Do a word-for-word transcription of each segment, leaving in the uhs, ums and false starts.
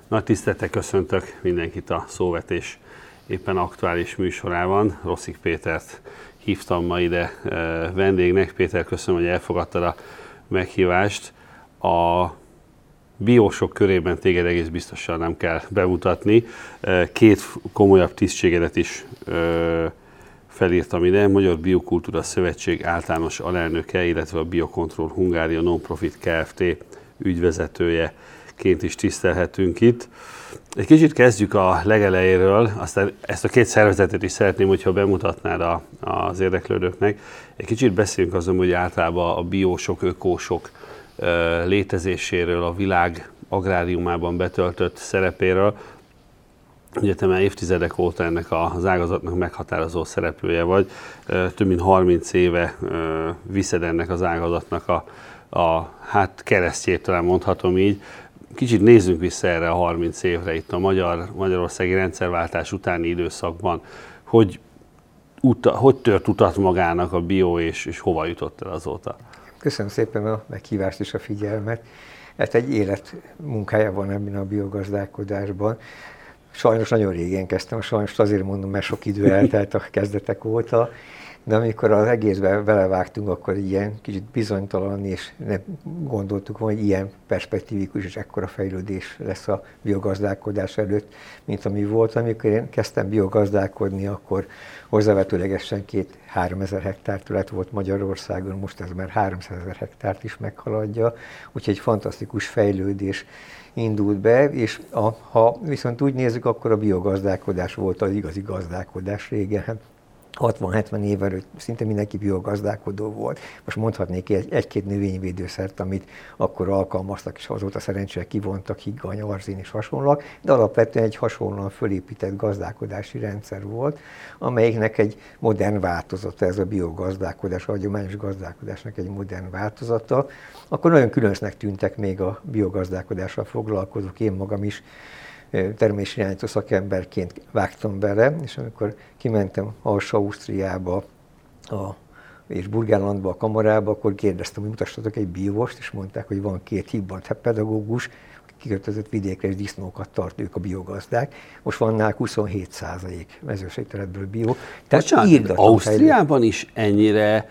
Nagy tisztelettel köszöntök mindenkit a Szóvetés éppen aktuális műsorában. Rosszik Pétert hívtam ma ide vendégnek. Péter, köszönöm, hogy elfogadtad a meghívást. A biósok körében téged egész biztosan nem kell bemutatni. Két komolyabb tisztségedet is felírtam ide. Magyar Biokultúra Szövetség általános alelnöke, illetve a Biocontrol Hungária Non-Profit Kft. Ügyvezetőjeként is tisztelhetünk itt. Egy kicsit kezdjük a legelejéről, aztán ezt a két szervezetet is szeretném, hogyha bemutatnád a, az érdeklődőknek. Egy kicsit beszéljünk azon, hogy általában a biósok, ökósok létezéséről, a világ agráriumában betöltött szerepéről. Ugye te már évtizedek óta ennek az ágazatnak meghatározó szereplője vagy. Több mint harminc éve viszed ennek az ágazatnak a, a hát keresztjét, talán mondhatom így. Kicsit nézzünk vissza erre a harminc évre itt a magyar, magyarországi rendszerváltás utáni időszakban. Hogy, uta, hogy tört utat magának a bió, és, és hova jutott el azóta? Köszönöm szépen a meghívást és a figyelmet. Hát egy élet munkája van ebben a biogazdálkodásban. Sajnos nagyon régen kezdtem, sajnos azért mondom, mert sok idő eltelt a kezdetek óta, de amikor az egészben belevágtunk, akkor ilyen kicsit bizonytalan, és nem gondoltuk volna, hogy ilyen perspektívikus és ekkora fejlődés lesz a biogazdálkodás előtt, mint ami volt. Amikor én kezdtem biogazdálkodni, akkor hozzávetőlegesen két-háromezer hektár terület volt Magyarországon, most ez már háromszázezer hektárt is meghaladja, úgyhogy egy fantasztikus fejlődés indult be, és a, ha viszont úgy nézzük, akkor a biogazdálkodás volt az igazi gazdálkodás régen. hatvan-hetven év előtt szinte mindenki biogazdálkodó volt. Most mondhatnék egy, egy-két növényvédőszert, amit akkor alkalmaztak, és azóta szerencsére kivontak, higgany, arzén és hasonlók, de alapvetően egy hasonlóan fölépített gazdálkodási rendszer volt, amelyiknek egy modern változata, ez a biogazdálkodás, a hagyományos gazdálkodásnak egy modern változata. Akkor nagyon különösnek tűntek még a biogazdálkodással foglalkozók, én magam is termésirányító szakemberként vágtam bele, és amikor kimentem Alsó-Ausztriába a, és Burgenlandba, a kamarába, akkor kérdeztem, hogy mutassatok egy bióst, és mondták, hogy van két hibbant pedagógus, kiköltözött vidékre és disznókat tart, ők a biogazdák. Most van náluk huszonhét százalék mezőségterületből bió. Bocsánat, Ausztriában is ennyire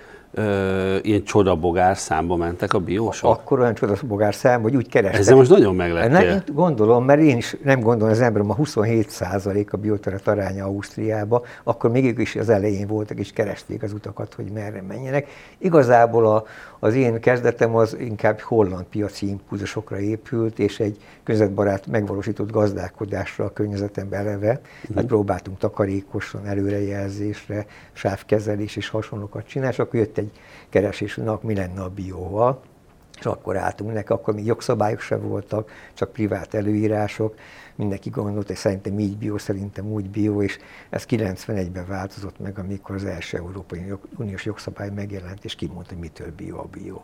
Ö, ilyen csodabogár számba mentek a biósok? Akkor olyan csodabogár számba, hogy úgy kerestek. Ezzel most nagyon meglettél. Nem, gondolom, mert én is nem gondolom, az ember ma huszonhét százalék a bioterület aránya Ausztriába, akkor még ők is az elején voltak, és keresték az utakat, hogy merre menjenek. Igazából a, az én kezdetem az inkább holland piaci impulzusokra épült, és egy környezetbarát megvalósított gazdálkodásra a környezetemben eleve. Uh-huh. Hát próbáltunk takarékosan, előrejelzésre, sávkezelés és hasonlókat csinálni, és akkor jött egy keresés, hogy mi lenne a bióval, és akkor álltunk neki, akkor még jogszabályok sem voltak, csak privát előírások, mindenki gondolt, hogy szerintem így bió, szerintem úgy bió, és ez kilencvenegyben változott meg, amikor az első Európai Uniós jogszabály megjelent, és kimondta, hogy mitől bió a bió.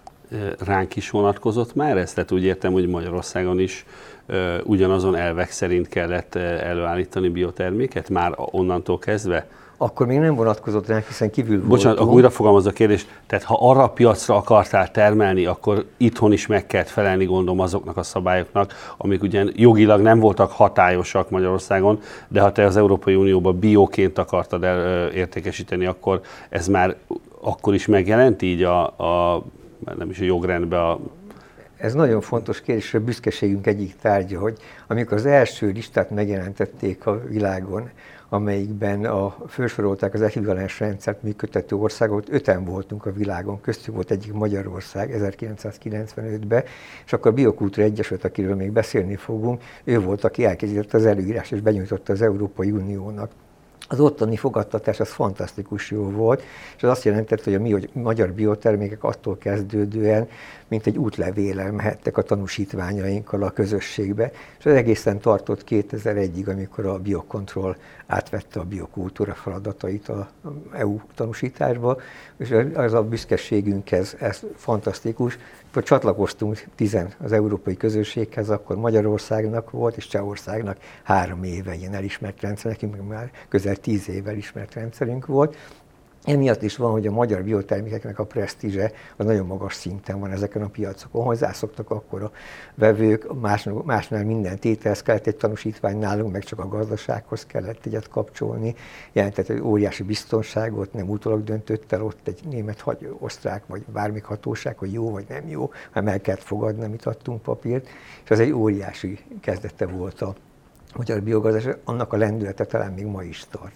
Ránk is vonatkozott már ez? Tehát úgy értem, hogy Magyarországon is uh, ugyanazon elvek szerint kellett előállítani bioterméket, már onnantól kezdve? Akkor még nem vonatkozott ránk, hiszen kívül voltunk. Bocsánat, akkor újra fogalmazok a kérdést. Tehát ha arra a piacra akartál termelni, akkor itthon is meg kellett felelni, gondolom, azoknak a szabályoknak, amik ugyan jogilag nem voltak hatályosak Magyarországon, de ha te az Európai Unióban bióként akartad el, értékesíteni, akkor ez már akkor is megjelent így a, a nem is a jogrendben a... Ez nagyon fontos kérdés, a büszkeségünk egyik tárgya, hogy amikor az első listát megjelentették a világon, amelyikben a, felsorolták az ekvivalens rendszert működtető országot, öten voltunk a világon, köztük volt egyik Magyarország ezerkilencszázkilencvenötben, és akkor a Biokultúra Egyesület, akiről még beszélni fogunk, ő volt, aki elkészítette az előírás és benyújtotta az Európai Uniónak. Az ottani fogadtatás az fantasztikus jó volt, és az azt jelentett, hogy a mi magyar biotermékek attól kezdődően, mint egy útlevélel mehettek a tanúsítványainkkal a közösségbe, és az egészen tartott kétezer-egyig, amikor a Biocontrol átvette a biokultúra feladatait az é u tanúsításba, és az a büszkeségünk, ez, ez fantasztikus. Akkor csatlakoztunk tizen az európai közösséghez, akkor Magyarországnak volt, és Csehországnak három éve ilyen elismert rendszer, nekünk már közel tíz éve elismert rendszerünk volt. Emiatt is van, hogy a magyar biotermékeknek a presztízse az nagyon magas szinten van ezeken a piacokon. Hozzászoktak akkor a vevők, más, másnál minden tételhez kellett egy tanúsítvány, nálunk meg csak a gazdasághoz kellett egyet kapcsolni. Jelentett egy óriási biztonságot, nem utólag döntött el ott egy német, osztrák vagy bármik hatóság, hogy jó vagy nem jó, hanem el kellett fogadni, amit adtunk papírt. És az egy óriási kezdete volt a magyar biogazdaság, annak a lendülete talán még ma is tart.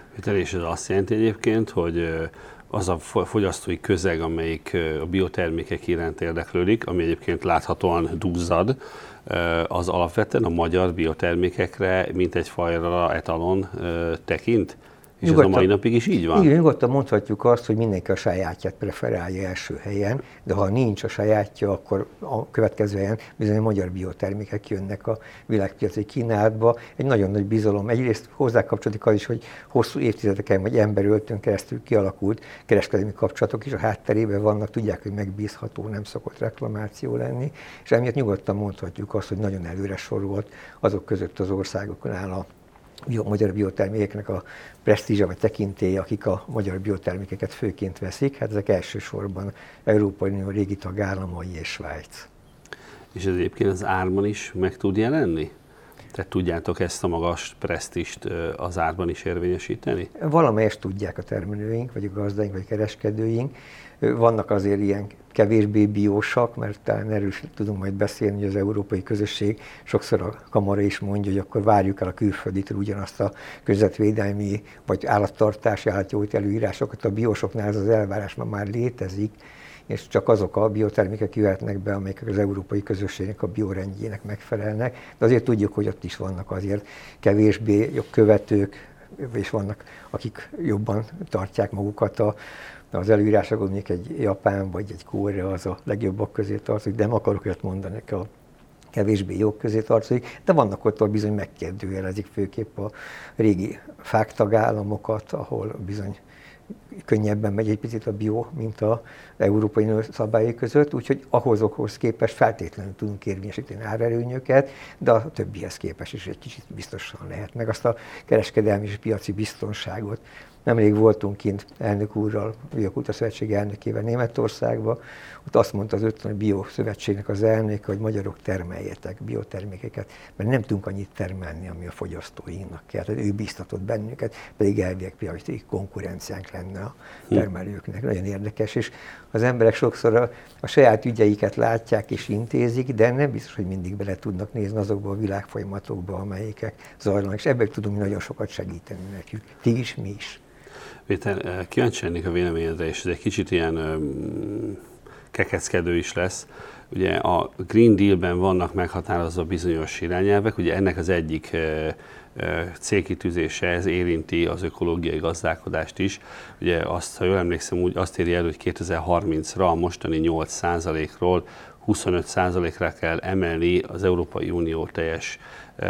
És ez azt jelenti egyébként, hogy az a fogyasztói közeg, amelyik a biotermékek iránt érdeklődik, ami egyébként láthatóan duzzad, az alapvetően a magyar biotermékekre mint egy fajra etalon tekint? És nyugodtan, ez a mai napig is így van? Igen, nyugodtan mondhatjuk azt, hogy mindenki a sajátját preferálja első helyen, de ha nincs a sajátja, akkor a következő helyen bizony a magyar biotermékek jönnek a világpiaci kínálatba. Egy nagyon nagy bizalom. Egyrészt hozzá kapcsolódik az is, hogy hosszú évtizedeken vagy emberöltön keresztül kialakult kereskedelmi kapcsolatok is a hátterében vannak, tudják, hogy megbízható, nem szokott reklamáció lenni, és emiatt nyugodtan mondhatjuk azt, hogy nagyon előre sorolt azok között az országoknál a a magyar biotermékeknek a presztízse vagy tekintélye, akik a magyar biotermékeket főként veszik, hát ezek elsősorban Európai Unió régi tagállamai és Svájc. És ez egyébként az árban is meg tud jelenni? Tehát tudjátok ezt a magas presztízst az árban is érvényesíteni? Valamelyest tudják a termelőink, vagy a gazdáink, vagy a kereskedőink. Vannak azért ilyen kevésbé biósak, mert talán erről tudunk majd beszélni, hogy az európai közösség sokszor a kamara is mondja, hogy akkor várjuk el a külfölditől ugyanazt a környezetvédelmi vagy állattartási, állatjóléti előírásokat. A biósoknál ez az elvárás ma már létezik, és csak azok a biotermékek jöhetnek be, amelyek az európai közösségnek a biorendjének megfelelnek. De azért tudjuk, hogy ott is vannak azért kevésbé jogkövetők, és vannak, akik jobban tartják magukat a az előírásokon, mondjuk egy Japán vagy egy Korea az a legjobbak közé tartozik, de nem akarok olyat mondani, a kevésbé jók közé tartozik, de vannak ott, ahol bizony megkérdőjelezik főképp a régi fák tagállamokat, ahol bizony könnyebben megy egy picit a bio, mint az Európai Unió szabályai között, úgyhogy ahhozokhoz képest feltétlenül tudunk érvényesíteni árerőnyöket, de a többihez képest is egy kicsit biztosan lehet, meg azt a kereskedelmi és piaci biztonságot. Nemrég voltunk kint elnök úrral, a Biokultúra Szövetség elnökével Németországban, ott azt mondta az ötven Bio Szövetségnek az elnöke, hogy magyarok termeljetek biotermékeket, mert nem tudunk annyit termelni, ami a fogyasztóinknak kell. Tehát ő bíztatott bennünket, pedig elvileg piaci konkurenciánk lenne a termelőknek. Nagyon érdekes, és az emberek sokszor a, a saját ügyeiket látják és intézik, de nem biztos, hogy mindig bele tudnak nézni azokba a világfolyamatokba, amelyikek zajlanak, és ebben tudunk nagyon sokat segíteni nekük. Ti is, mi is. Péter, kíváncsi lennék a véleményedre, és ez egy kicsit ilyen um, kekeckedő is lesz. Ugye a Green Deal-ben vannak meghatározva bizonyos irányelvek, ugye ennek az egyik uh, uh, célkitűzése, ez érinti az ökológiai gazdálkodást is. Ugye azt, ha jól emlékszem, úgy azt írja elő, hogy kétezer-harmincra a mostani nyolc százalékról huszonöt százalékra kell emelni az Európai Unió teljes uh,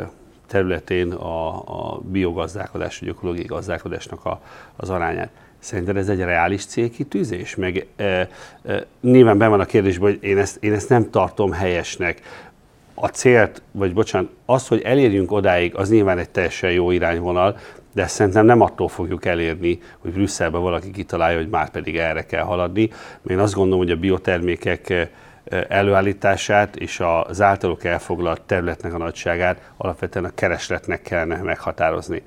területén a, a biogazdálkodás, vagy ökológiai gazdálkodásnak a, az arányát. Szerinted ez egy reális célkitűzés? Meg e, e, nyilván benn van a kérdésben, hogy én ezt, én ezt nem tartom helyesnek. A célt, vagy bocsánat, az, hogy elérjünk odáig, az nyilván egy teljesen jó irányvonal, de ezt szerintem nem attól fogjuk elérni, hogy Brüsszelben valaki kitalálja, hogy már pedig erre kell haladni. Én azt gondolom, hogy a biotermékek előállítását és az általuk elfoglalt területnek a nagyságát alapvetően a keresletnek kellene meghatározni.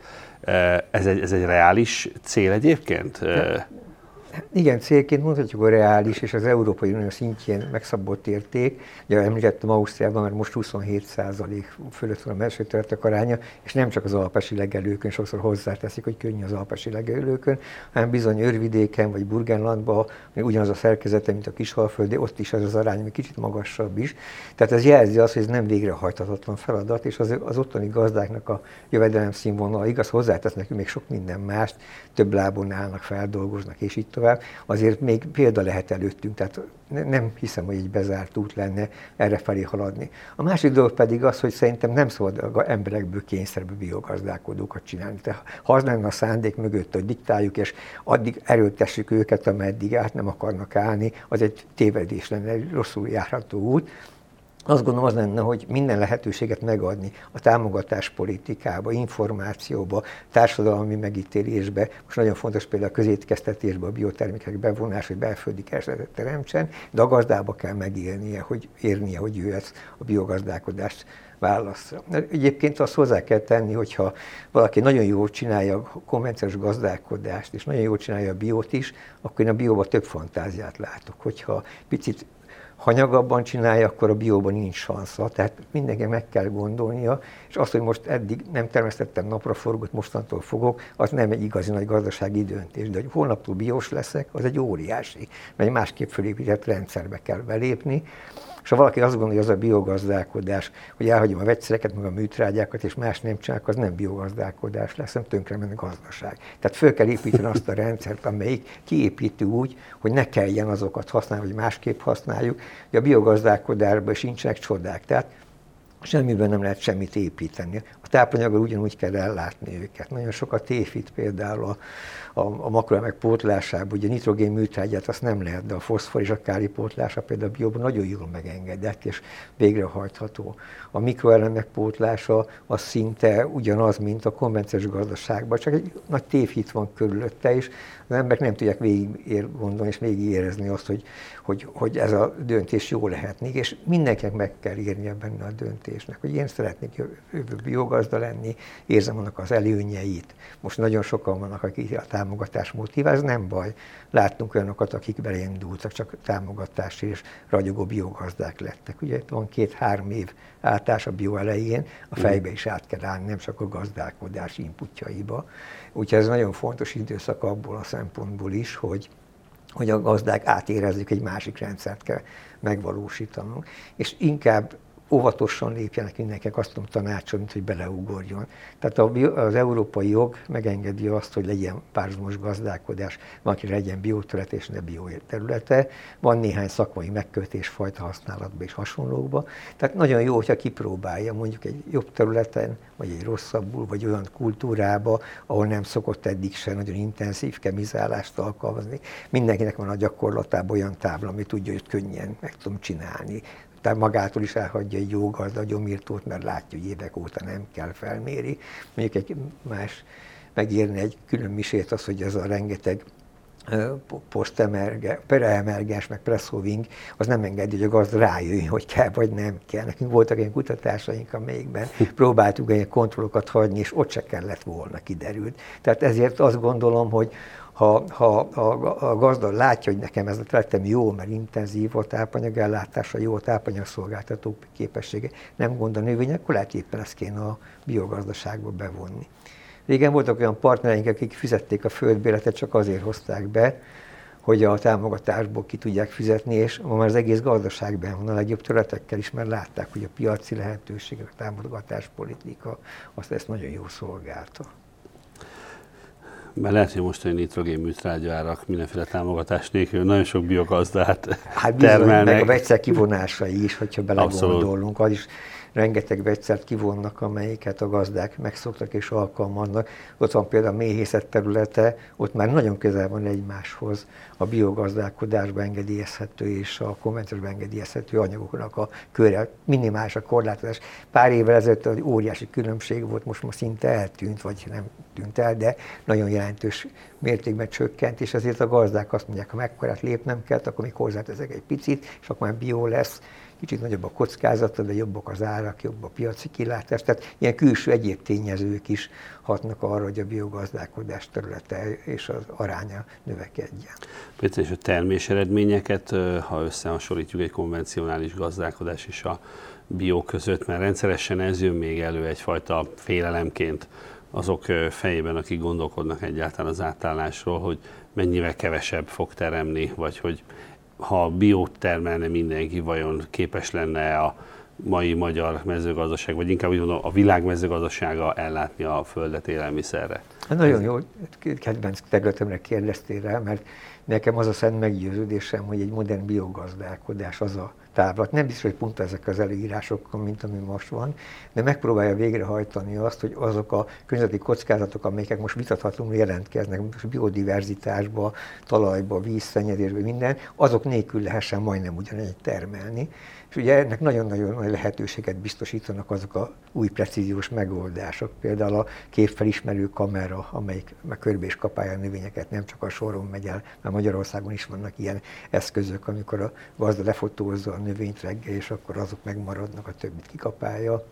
Ez egy, ez egy reális cél egyébként? De, igen, célként mondhatjuk a reális és az Európai Unió szintjén megszabott érték. Ugye említettem Ausztriában, mert most huszonhét százalék fölött van a mezőterületek aránya, és nem csak az alpesi legelőkön, sokszor hozzáteszik, hogy könnyű az alpesi legelőkön, hanem bizony Örvidéken vagy Burgenlandban ugyanaz a szerkezete, mint a Kishalföldön, ott is ez az arány még kicsit magasabb is. Tehát ez jelzi azt, hogy ez nem végrehajthatatlan feladat, és az, az ottani gazdáknak a jövedelem színvonala, igaz, hozzátesz nekünk még sok minden mást, több lábon állnak, feldolgoznak, és így tovább. Azért még példa lehet előttünk, tehát nem hiszem, hogy egy bezárt út lenne errefelé haladni. A másik dolog pedig az, hogy szerintem nem szabad emberekből kényszerből biogazdálkodókat csinálni. Tehát ha az lenne a szándék mögött, hogy diktáljuk, és addig erőltessük őket, ameddig át nem akarnak állni, az egy tévedés lenne, egy rosszul járható út. azt gondolom az lenne, hogy minden lehetőséget megadni a támogatáspolitikába, információba, társadalmi megítélésbe. Most nagyon fontos például a közétkeztetésbe, a biotermékek bevonása, hogy belföldi keresletet teremtsen, de a gazdába kell megélnie, hogy érnie, hogy ő ezt a biogazdálkodást válassza. Egyébként azt hozzá kell tenni, hogyha valaki nagyon jól csinálja a konvencionális gazdálkodást, és nagyon jól csinálja a biót is, akkor én a bióban több fantáziát látok. Hogyha picit hanyagabban csinálja, akkor a bióban nincs sansza. Tehát mindenki meg kell gondolnia, és azt, hogy most eddig nem termesztettem napraforgót, mostantól fogok, az nem egy igazi nagy gazdasági döntés. De hogy holnaptól biós leszek, az egy óriási, mert egy másképp fölépített rendszerbe kell belépni. És ha valaki azt gondolja, hogy az a biogazdálkodás, hogy elhagyom a vegyszereket, meg a műtrágyákat, és más nem csinálok, az nem biogazdálkodás lesz, hanem tönkre menni gazdaság. Tehát föl kell építeni azt a rendszert, amelyik kiépíti úgy, hogy ne kelljen azokat használni, vagy másképp használjuk, hogy a biogazdálkodásban sincsenek csodák. Tehát semmiben nem lehet semmit építeni. A tápanyaggal ugyanúgy kell ellátni őket. Nagyon sok a téfit például a, a, a makroelemek pótlásában, ugye a nitrogén műtrágyát azt nem lehet, de a foszfor és a káli pótlása például a bióban nagyon jól megengedett és végrehajtható. A mikroelemek pótlása az szinte ugyanaz, mint a konvencionális gazdaságban, csak egy nagy tévhit van körülötte, és az emberek nem tudják végig gondolni és végig érezni azt, hogy, hogy, hogy ez a döntés jó lehetni, és mindenkinek meg kell érnie benne a döntésnek, hogy én szeretnék jövő biogazda lenni, érzem annak az előnyeit. Most nagyon sokan vannak, akik a támogatás motivál, ez nem baj. Láttunk olyanokat, akik beleindultak, csak támogatásért és ragyogó biogazdák lettek. Ugye van két-három év álltás a bió elején, a fejbe is át kell állni, nem csak a gazdálkodás inputjaiba. Úgyhogy ez nagyon fontos időszak abból a szempontból is, hogy, hogy a gazdák átérezzük, egy másik rendszert kell megvalósítanunk. És inkább óvatosan lépjenek mindenkinek, azt tudom tanácsolni, hogy beleugorjon. Tehát az európai jog megengedi azt, hogy legyen párhuzamos gazdálkodás, van, aki legyen bioterület és ne bioterülete, van néhány szakmai megkötés fajta használatban és hasonlókban. Tehát nagyon jó, hogyha kipróbálja mondjuk egy jobb területen, vagy egy rosszabbul, vagy olyan kultúrába, ahol nem szokott eddig se nagyon intenzív kemizálást alkalmazni. Mindenkinek van a gyakorlatában olyan tábla, ami tudja, hogy könnyen meg tudom csinálni. Tehát magától is elhagyja egy jó gazda a gyomírtót, mert látja, hogy évek óta nem kell felméri. Mondjuk egy más megírni egy külön misét az, hogy ez a rengeteg postemergens, meg presszóving, az nem engedi, hogy a gazda rájöjjön, hogy kell, vagy nem kell. Nekünk voltak ilyen kutatásaink, amelyikben próbáltuk ilyen kontrollokat hagyni, és ott se kellett volna, kiderült. Tehát ezért azt gondolom, hogy Ha, ha a, a gazda látja, hogy nekem ez a területem jó, mert intenzív a tápanyagellátása, jó a tápanyagszolgáltató képessége, nem gond a növény, akkor lehet éppen ezt kéne a biogazdaságba bevonni. Régen voltak olyan partnereink, akik fizették a földbérletet, csak azért hozták be, hogy a támogatásból ki tudják fizetni, és ma már az egész gazdaságban van a legjobb területekkel is, mert látták, hogy a piaci lehetőségek, a támogatáspolitika azt ezt nagyon jól szolgálta. Mert lehet, hogy most, hogy nitrogén műtrágyárak mindenféle támogatás nélkül nagyon sok biogazdát hát bizony, termelnek. Meg a vegyszer kivonásai is, hogyha belegondolunk, az is rengeteg vegyszert kivonnak, amelyiket a gazdák megszoktak és alkalmaznak. Ott van például a méhészet területe, ott már nagyon közel van egymáshoz a biogazdálkodásba engedélyezhető és a konvencionálisban engedélyezhető anyagoknak a köre, minimális a korlátozás. Pár évvel ezelőtt egy óriási különbség volt, most már szinte eltűnt, vagy nem tűnt el, de nagyon jelentős mértékben csökkent, és ezért a gazdák azt mondják, ha mekkorát lépnem kell, akkor még hozzáteszek egy picit, és akkor már bió lesz. Kicsit nagyobb a kockázata, de jobbak az árak, jobb a piaci kilátás. Tehát ilyen külső egyéb tényezők is hatnak arra, hogy a biogazdálkodás területe és az aránya növekedjen. Péter, és a termés eredményeket, ha összehasonlítjuk egy konvencionális gazdálkodás és a bió között, mert rendszeresen ez jön még elő egyfajta félelemként azok fejében, akik gondolkodnak egyáltalán az átállásról, hogy mennyivel kevesebb fog teremni, vagy hogy ha biót termelne mindenki, vajon képes lenne a mai magyar mezőgazdaság, vagy inkább úgy mondom, a világ mezőgazdasága ellátni a földet élelmiszerre? Nagyon jó, kedvenc területemre kérdeztél rá, mert Nekem az a szent meggyőződésem, hogy egy modern biogazdálkodás az a távlat. Nem biztos, hogy pont ezek az előírások, mint ami most van, de megpróbálja végrehajtani azt, hogy azok a környezeti kockázatok, amelyek most vitathatóan jelentkeznek, most biodiverzitásba, talajba, vízszennyezésbe, minden, azok nélkül lehessen majdnem ugyanegy termelni. És ugye ennek nagyon-nagyon nagy lehetőséget biztosítanak azok a új precíziós megoldások. Például a képfelismerő kamera, amelyik meg körbe is kapálja a növényeket, nem csak a soron megy el, mert Magyarországon is vannak ilyen eszközök, amikor a gazda lefotózza a növényt reggel, és akkor azok megmaradnak, a többit kikapálja,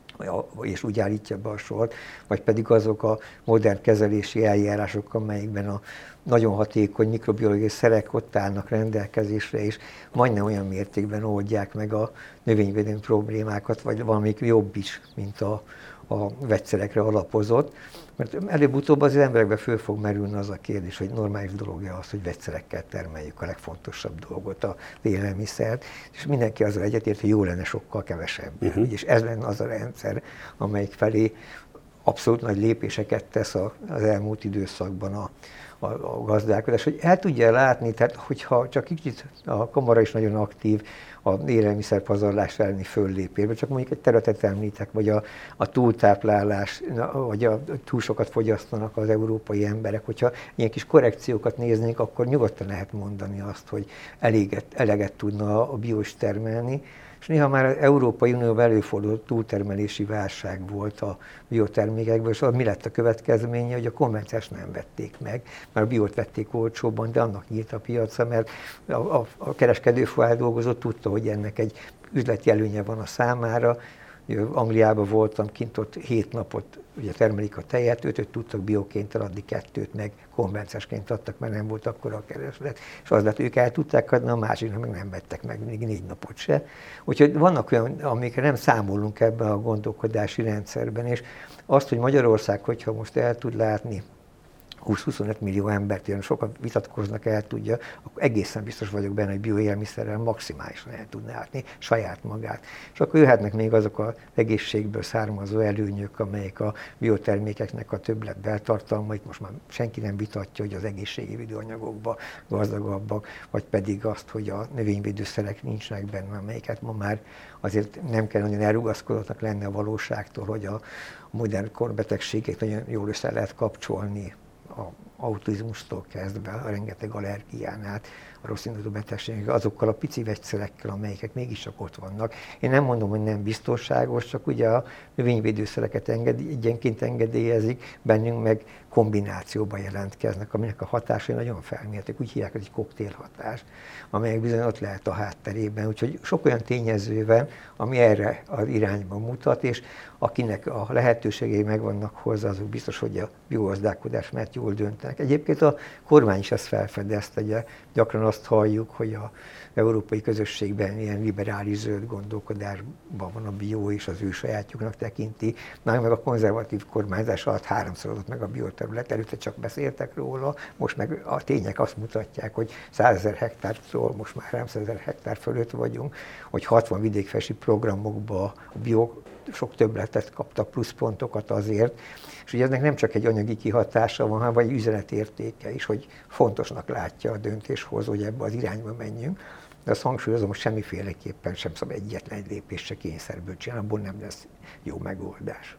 és úgy állítja be a sort, vagy pedig azok a modern kezelési eljárások, amelyekben a nagyon hatékony mikrobiológiai szerek ott állnak rendelkezésre, és majdnem olyan mértékben oldják meg a növényvédelmi problémákat, vagy valamelyik jobb is, mint a, a vegyszerekre alapozott. Mert előbb-utóbb az emberekben föl fog merülni az a kérdés, hogy normális dolog-e az, hogy vegyszerekkel termeljük a legfontosabb dolgot, a élelmiszert, és mindenki azzal egyetért, hogy jó lenne sokkal kevesebb. Uh-huh. És ez lenne az a rendszer, amelyik felé abszolút nagy lépéseket tesz az elmúlt időszakban a, a, a gazdálkodás, hogy el tudja látni, tehát hogyha csak kicsit a kamara is nagyon aktív, a élelmiszerpazarlás elleni föllépésben, csak mondjuk egy területet említek, vagy a, a túltáplálás, vagy a túl sokat fogyasztanak az európai emberek. Hogyha ilyen kis korrekciókat néznénk, akkor nyugodtan lehet mondani azt, hogy eléget, eleget tudna a biós termelni, és néha már az Európai Unióban előforduló túltermelési válság volt a biotermékekből, és mi lett a következménye, hogy a konvencionális nem vették meg, mert a biót vették olcsóbban, de annak nyílt a piaca, mert a, a, a kereskedő feldolgozó tudta, hogy ennek egy üzleti előnye van a számára. Angliában voltam kint, ott hét napot ugye termelik a tejet, ötöt tudtak bioként adni, kettőt meg konvenciásként adtak, mert nem volt akkora a kereslet, és az lett, ők el tudták adni, a másiknak meg nem vettek meg még négy napot se. Úgyhogy vannak olyan, amikre nem számolunk ebben a gondolkodási rendszerben, és azt, hogy Magyarország, hogyha most el tud látni húsz-huszonöt millió embert, ilyen sokan vitatkoznak, el tudja, akkor egészen biztos vagyok benne, hogy bioélelmiszerrel maximálisan el tudná látni saját magát. És akkor jöhetnek még azok az egészségből származó előnyök, amelyek a biotermékeknek a többlet beltartalmait most már senki nem vitatja, hogy az egészségi védőanyagokban gazdagabbak, vagy pedig azt, hogy a növényvédőszerek nincsenek benne, amelyeket ma már azért nem kell nagyon elrugaszkodottnak lenni a valóságtól, hogy a modern korbetegségek nagyon jól össze lehet kapcsolni, a autizmustól kezdve a rengeteg allergián át, a rosszindulatú betegségek, azokkal a pici vegyszerekkel, amelyek mégiscsak ott vannak. Én nem mondom, hogy nem biztonságos, csak ugye a növényvédőszereket engedi, egyenként engedélyezik, bennünk meg kombinációban jelentkeznek, aminek a hatásai nagyon felmérték, úgy hívják, hogy egy koktélhatás, amelyek bizony ott lehet a hátterében. Úgyhogy sok olyan tényező van, ami erre az irányba mutat, és akinek a lehetőségei megvannak hozzá, azok biztos, hogy a biogazdálkodás mellett jól döntenek. Egyébként a kormány is ezt felfedezte, ugye gyakran azt halljuk, hogy az európai közösségben ilyen liberális zöld gondolkodásban van a bió, és az ő sajátjuknak tekinti. Már meg a konzervatív kormányzás alatt háromszorodott meg a bioterület, előtte csak beszéltek róla, most meg a tények azt mutatják, hogy százezer hektártól most már háromszázezer hektár fölött vagyunk, hogy hatvan vidékfejlesztési programokba a bió sok többletet kaptak, pluszpontokat azért, és ugye ennek nem csak egy anyagi kihatása van, hanem egy üzenetértéke is, hogy fontosnak látja a döntéshozó, hogy ebbe az irányba menjünk. De azt hangsúlyozom, hogy semmiféleképpen sem szabad egyetlen egy lépést se kényszerből csinálni, abból nem lesz jó megoldás.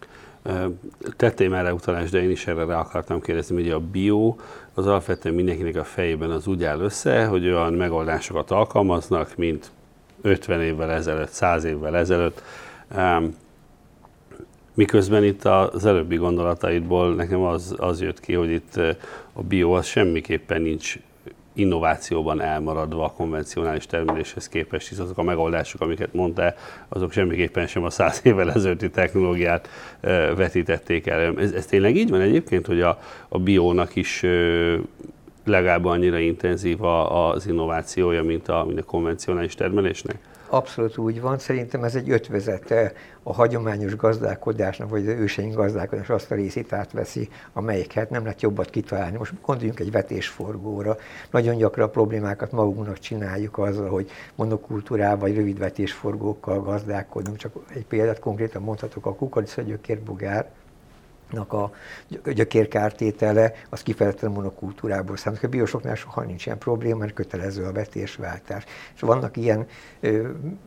Tettél már utalást, de én is erre rá akartam kérdezni, hogy a bio az alapvetően mindenkinek a fejében az úgy áll össze, hogy olyan megoldásokat alkalmaznak, mint ötven évvel ezelőtt, száz évvel ezelőtt. Miközben itt az előbbi gondolataidból nekem az, az jött ki, hogy itt a bio az semmiképpen nincs innovációban elmaradva a konvencionális termeléshez képest, hisz azok a megoldások, amiket mondtál, azok semmiképpen sem a száz évvel ezelőtti technológiát vetítették el. Ez, ez tényleg így van egyébként, hogy a, a biónak is legalább annyira intenzív az innovációja, mint a, mint a konvencionális termelésnek? Abszolút úgy van, szerintem ez egy ötvözete a hagyományos gazdálkodásnak, vagy az őseink gazdálkodás azt a részét átveszi, amelyeket nem lehet jobbat kitalálni. Most gondoljunk egy vetésforgóra. Nagyon gyakran a problémákat magunknak csináljuk azzal, hogy monokultúrával vagy rövid vetésforgókkal gazdálkodunk. Csak egy példát konkrétan mondhatok, a kukorica gyökérbogár, a gyökérkártétele, az kifejezetten monokultúrából számít. A biósoknál soha nincs ilyen probléma, mert kötelező a vetésváltás. És vannak ilyen ö,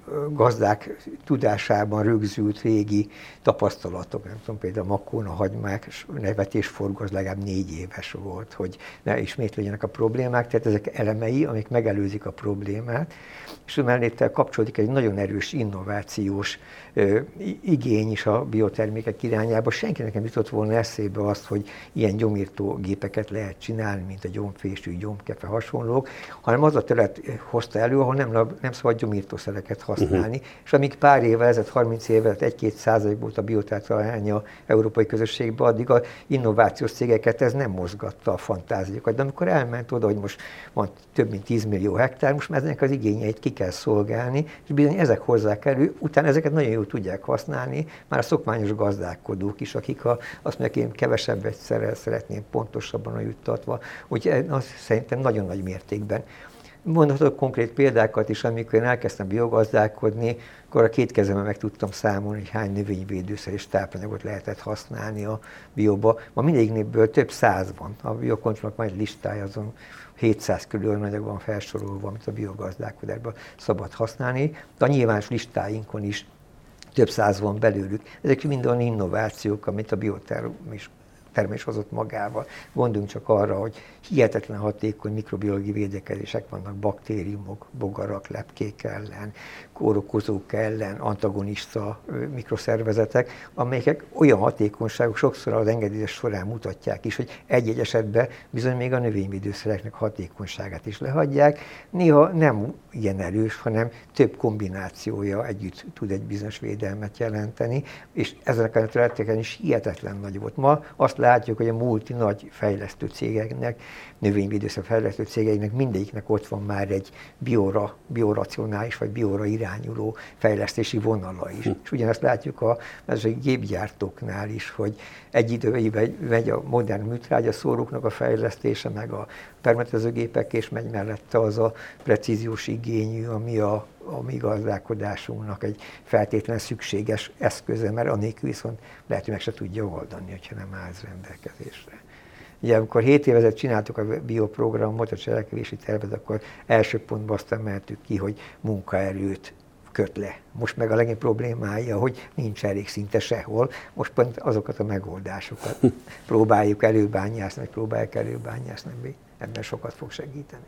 gazdák tudásában rögzült régi tapasztalatok, nem tudom, például a makón, a hagymák vetésforgó az legalább négy éves volt, hogy ne ismét legyenek a problémák, tehát ezek elemei, amik megelőzik a problémát, és melléttel kapcsolódik egy nagyon erős innovációs ö, igény is a biotermékek irányába. Senkinek nem jutott volna eszébe azt, hogy ilyen gyomírtó gépeket lehet csinálni, mint a gyomfésű, gyomkefe hasonlók, hanem az a terület hozta elő, ahol nem, nem szabad gyomírtószereket használni, uh-huh. és amíg pár évvel ezelőtt, harminc évvel ezelőtt egy-két százalék volt a biotártalánya európai közösségben, addig a innovációs cégeket ez nem mozgatta a fantáziákat. De amikor elment oda, hogy most van több mint tíz millió hektár, most már ezek az igényeit ki kell szolgálni, és bizony ezek hozzák elő, utána ezeket nagyon jól tudják használni, már a szokványos gazdálkodók is, akik a, azt mondják, én kevesebb egyszerrel szeretném pontosabban a juttatva, úgyhogy azt szerintem nagyon nagy mértékben. Mondhatok konkrét példákat is, amikor én elkezdtem biogazdálkodni, akkor a két kezemben meg tudtam számolni, hogy hány növényvédőszer és tápanyagot lehetett használni a bióba. Ma mindegyikből több száz van. A biokontrolnak van egy listája, azon hétszáz külön anyag van felsorolva, amit a biogazdálkodásban szabad használni. De a nyilvános listáinkon is több száz van belőlük. Ezek mind olyan innovációk, amit a biotermés termés hozott magával. Gondoljunk csak arra, hogy hihetetlen hatékony mikrobiológiai védekezések vannak baktériumok, bogarak, lepkék ellen, kórokozók ellen, antagonista mikroszervezetek, amelyek olyan hatékonyságok sokszor az engedélyezés során mutatják is, hogy egy-egy esetben bizony még a növényvédőszereknek hatékonyságát is lehagyják. Néha nem ilyen erős, hanem több kombinációja együtt tud egy bizonyos védelmet jelenteni, és ezek a területeken is hihetetlen nagy volt. Ma azt látjuk, hogy a multi nagy fejlesztő cégeknek, növényvédőszer fejlesztő cégeinek mindegyiknek ott van már egy biora, bioracionális vagy biora irányuló fejlesztési vonala is. Hm. És ugyanezt látjuk a, a gépgyártóknál is, hogy egy időben megy a modern műtrágyaszóróknak a fejlesztése, meg a permetezőgépek, és megy mellette az a precíziós igényű, ami a a mi gazdálkodásunknak egy feltétlenül szükséges eszköze, mert anélkül viszont lehet, hogy meg se tudja oldani, hogyha nem áll rendelkezésre. Ugye amikor hét évezet csináltuk a bioprogramot, a cselekvési tervet, akkor első pontban azt emeltük ki, hogy munkaerőt köt le. Most meg a legnagyobb problémája, hogy nincs elég szinte sehol. Most pont azokat a megoldásokat próbáljuk előbányászni, vagy próbáljuk előbányászni, ebben sokat fog segíteni.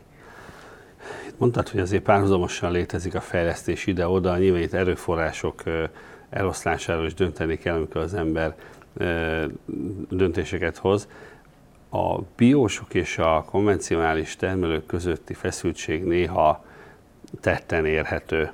Mondtad, hogy azért párhuzamosan létezik a fejlesztés ide-oda, nyilván itt erőforrások eloszlásáról is dönteni kell, amikor az ember döntéseket hoz. A biósok és a konvencionális termelők közötti feszültség néha tetten érhető.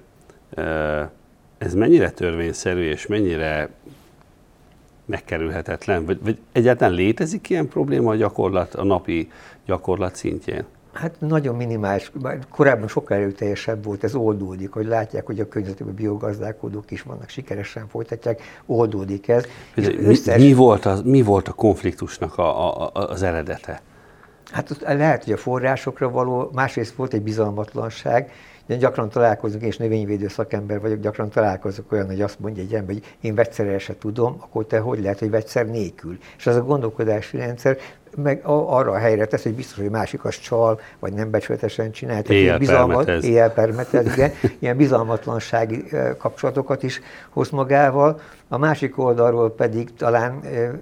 Ez mennyire törvényszerű és mennyire megkerülhetetlen? Vagy, vagy egyáltalán létezik ilyen probléma a gyakorlat, a napi gyakorlat szintjén? Hát nagyon minimális, korábban sokkal erőteljesebb volt, ez oldódik, hogy látják, hogy a környezetben biogazdálkodók is vannak, sikeresen folytatják, oldódik ez. Mi, összes... mi, volt, az, mi volt a konfliktusnak a, a, az eredete? Hát lehet, hogy a forrásokra való, másrészt volt egy bizalmatlanság. Gyakran találkozunk, én is növényvédő szakember vagyok, gyakran találkozok olyan, hogy azt mondja egy ember, hogy én vegyszerrel se tudom, akkor te hogy lehet, hogy vegyszer nélkül? És az a gondolkodási rendszer meg arra a helyre tesz, hogy biztos, hogy másik az csal, vagy nem becsületesen csinál. Éjjel permetez. Éjjel permetez, igen. Ilyen bizalmatlansági kapcsolatokat is hoz magával. A másik oldalról pedig talán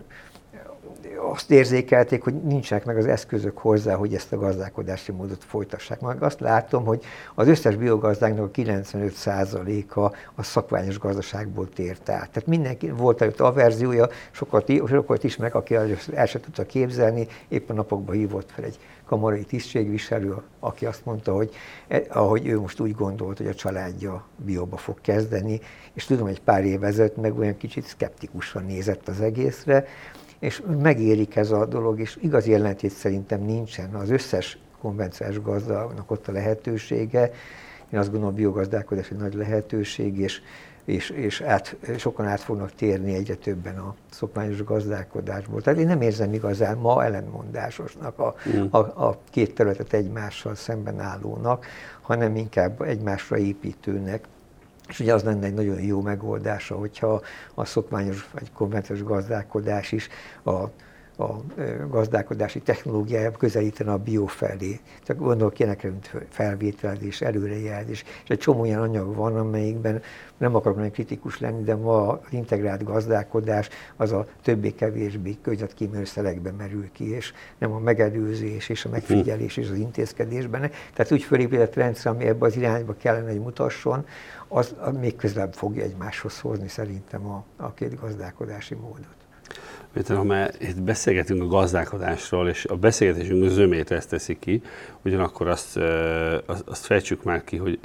azt érzékelték, hogy nincsenek meg az eszközök hozzá, hogy ezt a gazdálkodási módot folytassák. Meg azt látom, hogy az összes biogazdáknak a kilencvenöt százaléka a szakványos gazdaságból tért át. Tehát mindenki volt előtt averziója, sokat, sokat ismerek, aki el sem tudta képzelni, éppen napokban hívott fel egy kamarai tisztségviselő, aki azt mondta, hogy ahogy ő most úgy gondolt, hogy a családja bióba fog kezdeni, és tudom, egy pár év ezelőtt meg olyan kicsit szkeptikusan nézett az egészre, és megérik ez a dolog, és igazi ellentét szerintem nincsen. Az összes konvencionális gazdának ott a lehetősége. Én azt gondolom, a biogazdálkodás egy nagy lehetőség, és, és, és át, sokan át fognak térni egyre többen a szokványos gazdálkodásból. Tehát én nem érzem igazán ma ellentmondásosnak a, mm. a, a két területet egymással szemben állónak, hanem inkább egymásra építőnek. És ugye az lenne egy nagyon jó megoldása, hogyha a szokványos vagy konvencionális gazdálkodás is a, a gazdálkodási technológiájába közelítene a bio felé. Csak gondolok ilyenekre, mint felvételezés, előrejelzés, és egy csomó olyan anyag van, amelyikben nem akarok nagyon kritikus lenni, de ma az integrált gazdálkodás az a többé-kevésbé környezetkímélő szelekbe merül ki, és nem a megelőzés és a megfigyelés és az intézkedésben. Tehát úgy fölépített rendszer, ami ebbe az irányba kellene, hogy mutasson, az még közelebb fogja egymáshoz hozni szerintem a, a két gazdálkodási módot. Mert ha már itt beszélgetünk a gazdálkodásról, és a beszélgetésünk zömét ezt teszi ki, ugyanakkor azt, azt, azt fejtsük már ki, hogy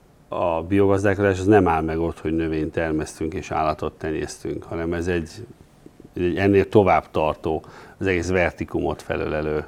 a biogazdálkodás az nem áll meg ott, hogy növényt termesztünk és állatot tenyésztünk, hanem ez egy, egy ennél tovább tartó, az egész vertikumot felölelő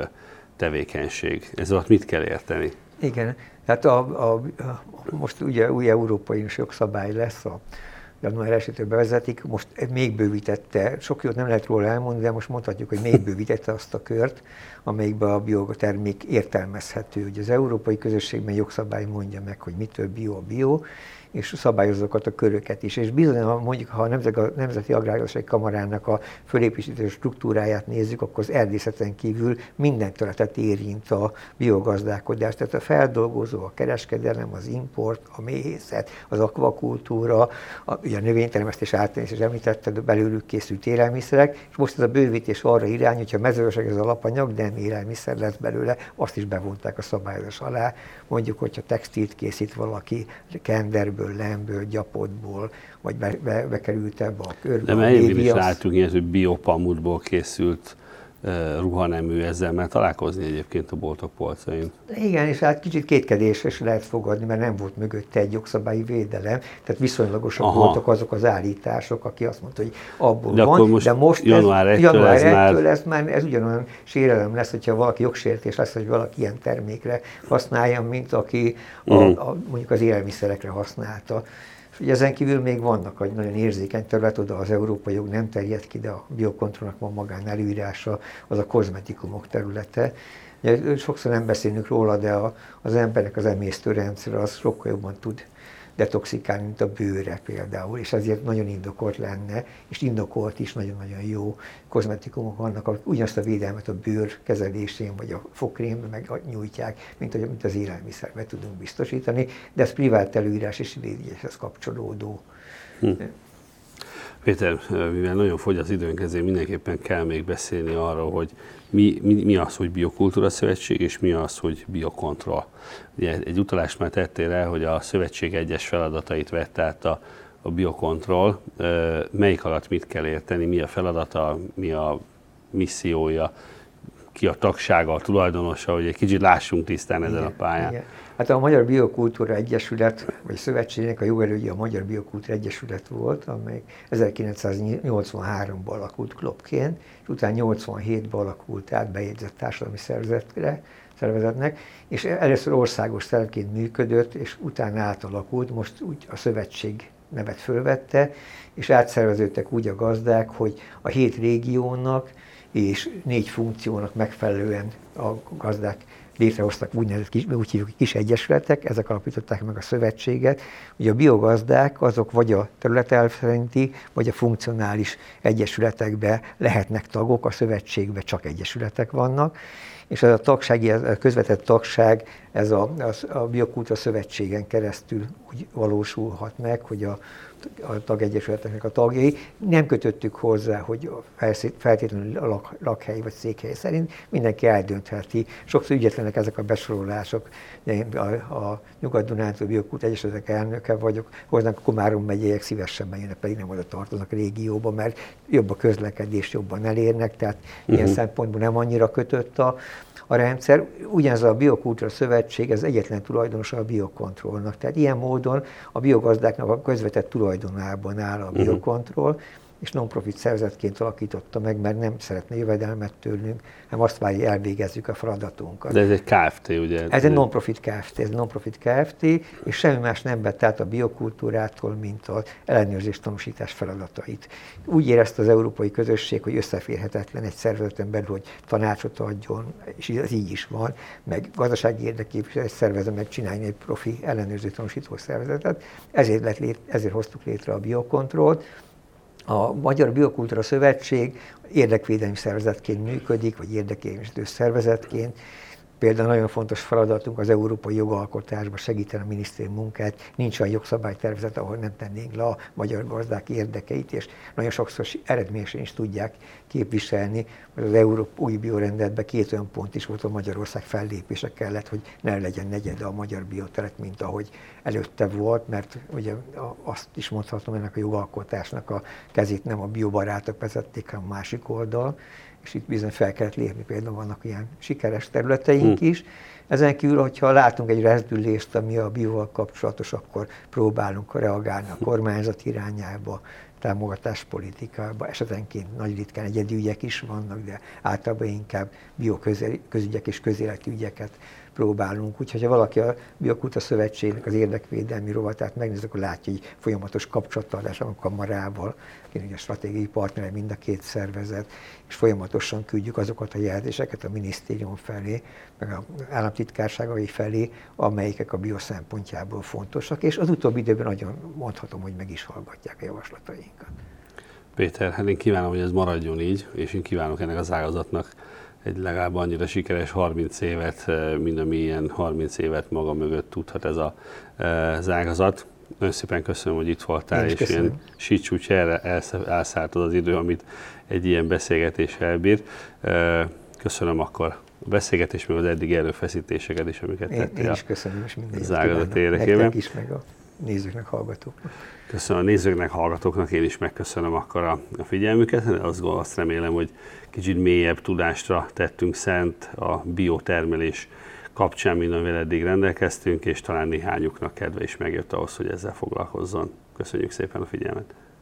tevékenység. Ez alatt mit kell érteni? Igen, hát a, a, a, most ugye új európai jogszabály lesz, a január elsejétől bevezetik, most még bővítette, sok jót nem lehet róla elmondani, de most mondhatjuk, hogy még bővítette azt a kört, amelyikben a biotermék értelmezhető. Ugye az európai közösségben jogszabály mondja meg, hogy mitől bio a bio, és szabályozokat a köröket is. És bizony, mondjuk, ha a Nemzeti Agrárgazdasági Kamarának a fölépítő struktúráját nézzük, akkor az erdészeten kívül minden területet érint a biogazdálkodás. Tehát a feldolgozó, a kereskedelem, az import, a méhészet, az akvakultúra, a, ugye a növénytermesztés általános, és említetted, belőlük készült élelmiszerek, és most ez a bővítés arra irány, hogyha mezőgazdaság ez alapanyag, de nem élelmiszer lesz belőle, azt is bevonták a szabályozás alá. Mondjuk, hogyha textilt készít valaki, kenderből, lemből, gyapotból, vagy be, be, bekerült ebbe a körbe. De én is láttunk ilyet, hogy biopamutból készült uh, ruhanemű, ezzel már találkozni egyébként a boltok polcain. Igen, és hát kicsit kétkedésre is lehet fogadni, mert nem volt mögötte egy jogszabályi védelem, tehát viszonylagosak Aha. voltak azok az állítások, aki azt mondta, hogy abból de van, most de most január elsejétől ez, ez, már... ez már ez ugyanolyan sérelem lesz, hogyha valaki jogsértés lesz, hogy valaki ilyen termékre használja, mint aki a, a, mondjuk az élelmiszerekre használta. Ugye ezen kívül még vannak egy nagyon érzékeny terület, oda az európai jog nem terjed ki, de a biokontrollnak van magán előírása, az a kozmetikumok területe. Ugye, sokszor nem beszélünk róla, de a, az embernek az emésztőrendszer az sokkal jobban tud detoxikálni, mint a bőre például, és ezért nagyon indokolt lenne, és indokolt is nagyon-nagyon jó kozmetikumok vannak, akik ugyanazt a védelmet a bőr kezelésén, vagy a fogkrémben megnyújtják, mint, hogy, mint az élelmiszerben tudunk biztosítani, de ez privát előírás és védjegyhez kapcsolódó. Hm. Péter, mivel nagyon fogy az időnk, ezért mindenképpen kell még beszélni arról, hogy mi, mi, mi az, hogy Biokultúra Szövetség, és mi az, hogy biokontroll. Ugye egy utalást már tettél el, hogy a szövetség egyes feladatait vett át a, a biokontroll. Melyik alatt mit kell érteni, mi a feladata, mi a missziója, ki a tagsága, a tulajdonosa, hogy egy kicsit lássunk tisztán ezen igen, a pályán. Igen. Hát a Magyar Biokultúra Egyesület, vagy Szövetségnek a jó elődje a Magyar Biokultúra Egyesület volt, amely ezerkilencszáznyolcvanháromban alakult klubként, és utána nyolcvanhétben alakult át bejegyzett társadalmi szervezetre, szervezetnek, és először országos szervként működött, és utána átalakult, most úgy a szövetség nevet fölvette, és átszerveződtek úgy a gazdák, hogy a hét régiónak és négy funkciónak megfelelően a gazdák létrehoztak úgynevezett kis, úgy hívjuk, kis egyesületek, ezek alapították meg a szövetséget. Ugye a biogazdák azok vagy a területelv szerinti, vagy a funkcionális egyesületekbe lehetnek tagok, a szövetségben csak egyesületek vannak, és ez a tagsági, ez a közvetett tagság, ez a, a, a Biokultúra Szövetségen keresztül úgy valósulhat meg, hogy a, a tagegyesületeknek a tagjai nem kötöttük hozzá, hogy feltétlenül a lak, lakhely vagy székhely szerint mindenki eldöntheti. Sokszor ügyetlenek ezek a besorolások. Én a, a Nyugat-Dunántúl Biokultúra Egyesületek elnöke vagyok, hozzánk a Komárom megyeiek szívesebben jönnek, pedig nem oda tartoznak régióba, mert jobb a közlekedés, jobban elérnek, tehát uh-huh. ilyen szempontból nem annyira kötött a a rendszer. Ugyanez a Biokultúra Szövetség, ez egyetlen tulajdonosa a biokontrollnak. Tehát ilyen módon a biogazdáknak a közvetett tulajdonában áll a biokontroll, és non-profit szervezetként alakította meg, mert nem szeretne jövedelmet tőlünk, hanem azt várja, hogy elvégezzük a feladatunkat. De ez egy Kft. Ugye? Ez egy non-profit Kft. Ez non-profit Kft. És semmi más nem vett át a biokultúrától, mint az ellenőrzés tanúsítás feladatait. Úgy érezte az európai közösség, hogy összeférhetetlen egy szervezeten belül, hogy tanácsot adjon, és ez így is van, meg gazdasági érdekképviselés szervezet, meg csinálni egy profi ellenőrző tanúsító szervezetet. Ezért, lett lét, ezért hoztuk létre a biokontrollt. A Magyar Biokultúra Szövetség érdekvédelmi szervezetként működik, vagy érdekérvényesítő szervezetként. Például nagyon fontos feladatunk az európai jogalkotásban segíteni a minisztérium munkát. Nincs olyan jogszabálytervezet, ahol nem tennénk le a magyar gazdák érdekeit, és nagyon sokszor eredményesen is tudják képviselni. Az Európa új biorendeletben két olyan pont is volt, a Magyarország fellépése kellett, hogy ne legyen negyede a magyar bioterek, mint ahogy előtte volt, mert ugye azt is mondhatom, ennek a jogalkotásnak a kezét nem a biobarátok vezették, hanem a másik oldal. És itt bizony fel kellett lépni, például vannak ilyen sikeres területeink is. Ezen kívül, hogyha látunk egy rezdülést, ami a bioval kapcsolatos, akkor próbálunk reagálni a kormányzat irányába, támogatáspolitikába, esetenként nagy ritkán egyedi ügyek is vannak, de általában inkább bioközügyek és közéleti ügyeket próbálunk. Úgyhogy ha valaki a Biokultúra Szövetségnek az érdekvédelmi rovatát megnéz, akkor látja, hogy folyamatos kapcsolattartás a kamarával, én ugye stratégiai partnere mind a két szervezet, és folyamatosan küldjük azokat a jelzéseket a minisztérium felé, meg az államtitkárságai felé, amelyek a bio szempontjából fontosak, és az utóbbi időben nagyon mondhatom, hogy meg is hallgatják a javaslatainkat. Péter, hát én kívánom, hogy ez maradjon így, és én kívánok ennek az ágazatnak egy legalább annyira sikeres harminc évet, mint ami ilyen harminc évet maga mögött tudhat ez a, az ágazat. Nagyon szépen köszönöm, hogy itt voltál, és köszönöm. Ilyen sícsúcs erre elszálltad az idő, amit egy ilyen beszélgetés elbír. Köszönöm akkor a beszélgetés, meg az eddigi erőfeszítéseket is, amiket én, tettél én is köszönöm, és az ágazat érdekében. Nektek is, meg a nézőknek, hallgatóknak. Köszönöm a nézőknek, hallgatóknak, én is megköszönöm akkor a, a figyelmüket. Azt, azt remélem, hogy kicsit mélyebb tudásra tettünk szent a biotermelés kapcsán, mint amivel eddig rendelkeztünk, és talán néhányuknak kedve is megjött ahhoz, hogy ezzel foglalkozzon. Köszönjük szépen a figyelmet!